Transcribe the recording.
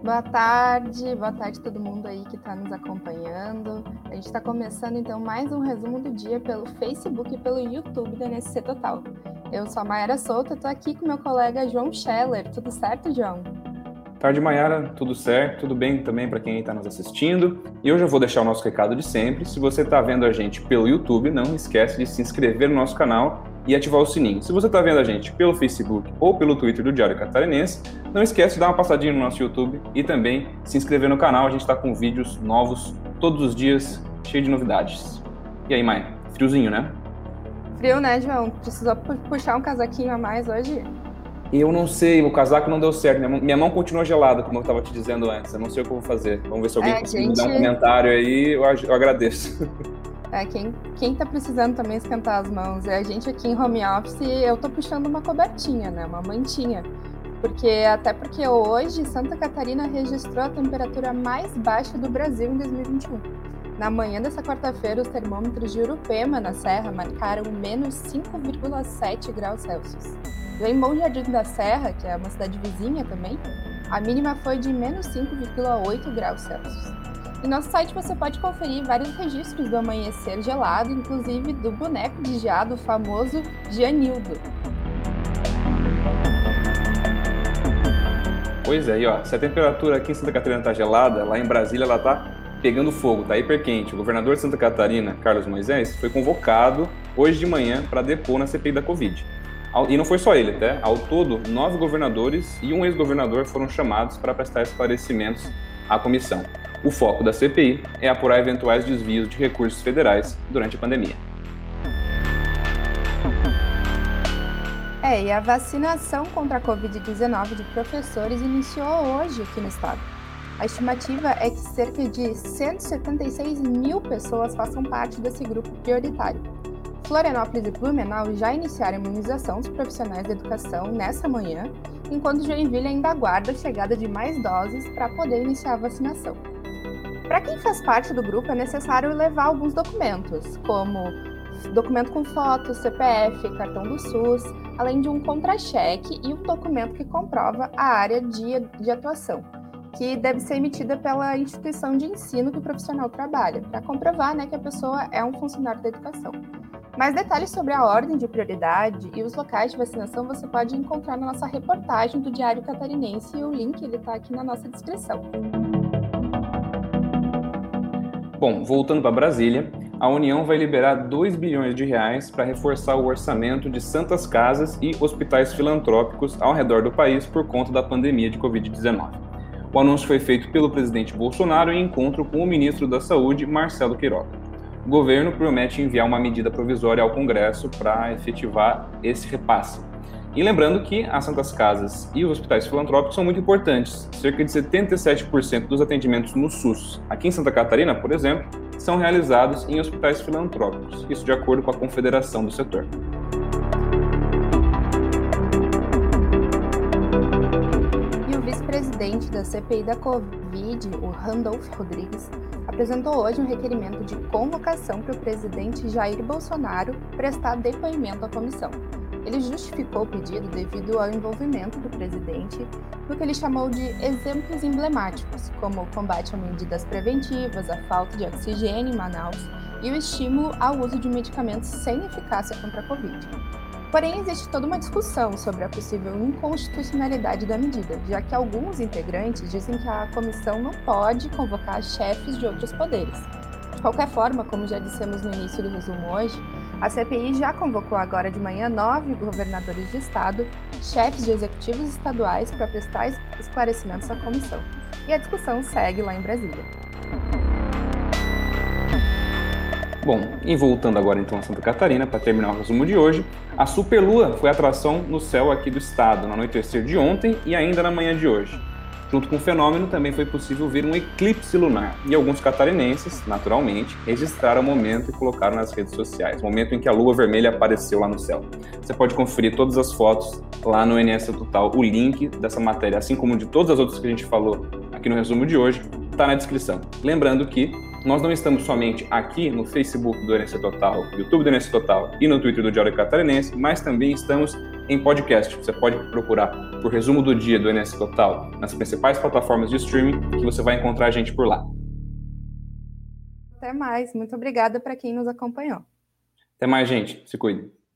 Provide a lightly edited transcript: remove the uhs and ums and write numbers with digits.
Boa tarde todo mundo aí que está nos acompanhando. A gente está começando então mais um resumo do dia pelo Facebook e pelo YouTube da NSC Total. Eu sou a Mayara Souto, estou aqui com meu colega João Scheller. Tudo certo, João? Tarde, Mayara, tudo certo, tudo bem também para quem está nos assistindo. E hoje eu vou deixar o nosso recado de sempre. Se você está vendo a gente pelo YouTube, não esquece de se inscrever no nosso canal e ativar o sininho. Se você está vendo a gente pelo Facebook ou pelo Twitter do Diário Catarinense, não esquece de dar uma passadinha no nosso YouTube e também se inscrever no canal. A gente está com vídeos novos todos os dias, cheio de novidades. E aí, Maia, friozinho, né? Frio, né, João? Precisou puxar um casaquinho a mais hoje? Eu não sei, o casaco não deu certo. Minha mão continua gelada, como eu estava te dizendo antes. Eu não sei o que eu vou fazer. Vamos ver se alguém conseguir me dar um comentário aí, eu agradeço. Quem tá precisando também esquentar as mãos é a gente aqui em home office. Eu tô puxando uma cobertinha, né, uma mantinha, porque hoje Santa Catarina registrou a temperatura mais baixa do Brasil em 2021. Na manhã dessa quarta-feira, os termômetros de Urupema, na Serra, marcaram menos 5,7 graus Celsius. Já em Bom Jardim da Serra, que é uma cidade vizinha também, a mínima foi de menos 5,8 graus Celsius. Em nosso site você pode conferir vários registros do amanhecer gelado, inclusive do boneco de geado famoso Gianildo. Pois é, e ó, se a temperatura aqui em Santa Catarina tá gelada, lá em Brasília ela tá pegando fogo, tá hiper quente. O governador de Santa Catarina, Carlos Moisés, foi convocado hoje de manhã para depor na CPI da Covid. E não foi só ele, tá? Ao todo, 9 governadores e um ex-governador foram chamados para prestar esclarecimentos à comissão. O foco da CPI é apurar eventuais desvios de recursos federais durante a pandemia. E a vacinação contra a Covid-19 de professores iniciou hoje aqui no estado. A estimativa é que cerca de 176 mil pessoas façam parte desse grupo prioritário. Florianópolis e Blumenau já iniciaram a imunização dos profissionais da educação nessa manhã, enquanto Joinville ainda aguarda a chegada de mais doses para poder iniciar a vacinação. Para quem faz parte do grupo, é necessário levar alguns documentos, como documento com foto, CPF, cartão do SUS, além de um contra-cheque e um documento que comprova a área de atuação, que deve ser emitida pela instituição de ensino que o profissional trabalha, para comprovar, que a pessoa é um funcionário da educação. Mais detalhes sobre a ordem de prioridade e os locais de vacinação você pode encontrar na nossa reportagem do Diário Catarinense e o link está aqui na nossa descrição. Bom, voltando para Brasília, a União vai liberar 2 bilhões de reais para reforçar o orçamento de santas casas e hospitais filantrópicos ao redor do país por conta da pandemia de Covid-19. O anúncio foi feito pelo presidente Bolsonaro em encontro com o ministro da Saúde, Marcelo Queiroga. O governo promete enviar uma medida provisória ao Congresso para efetivar esse repasse. E lembrando que as santas casas e os hospitais filantrópicos são muito importantes. Cerca de 77% dos atendimentos no SUS, aqui em Santa Catarina, por exemplo, são realizados em hospitais filantrópicos, isso de acordo com a Confederação do Setor. E o vice-presidente da CPI da Covid, o Randolph Rodrigues, apresentou hoje um requerimento de convocação para o presidente Jair Bolsonaro prestar depoimento à comissão. Ele justificou o pedido devido ao envolvimento do presidente no que ele chamou de exemplos emblemáticos, como o combate a medidas preventivas, a falta de oxigênio em Manaus e o estímulo ao uso de medicamentos sem eficácia contra a Covid. Porém, existe toda uma discussão sobre a possível inconstitucionalidade da medida, já que alguns integrantes dizem que a comissão não pode convocar chefes de outros poderes. De qualquer forma, como já dissemos no início do resumo hoje, a CPI já convocou agora de manhã 9 governadores de estado, chefes de executivos estaduais para prestar esclarecimentos à comissão. E a discussão segue lá em Brasília. Bom, e voltando agora então a Santa Catarina, para terminar o resumo de hoje, a superlua foi atração no céu aqui do estado no anoitecer de ontem e ainda na manhã de hoje. Junto com o fenômeno, também foi possível ver um eclipse lunar, e alguns catarinenses, naturalmente, registraram o momento e colocaram nas redes sociais, o momento em que a lua vermelha apareceu lá no céu. Você pode conferir todas as fotos lá no NS Total, o link dessa matéria, assim como de todas as outras que a gente falou aqui no resumo de hoje, está na descrição. Lembrando que Nós não estamos somente aqui no Facebook do NSC Total, no YouTube do NSC Total e no Twitter do Diário Catarinense, mas também estamos em podcast. Você pode procurar por Resumo do Dia do NSC Total nas principais plataformas de streaming que você vai encontrar a gente por lá. Até mais. Muito obrigada para quem nos acompanhou. Até mais, gente. Se cuide.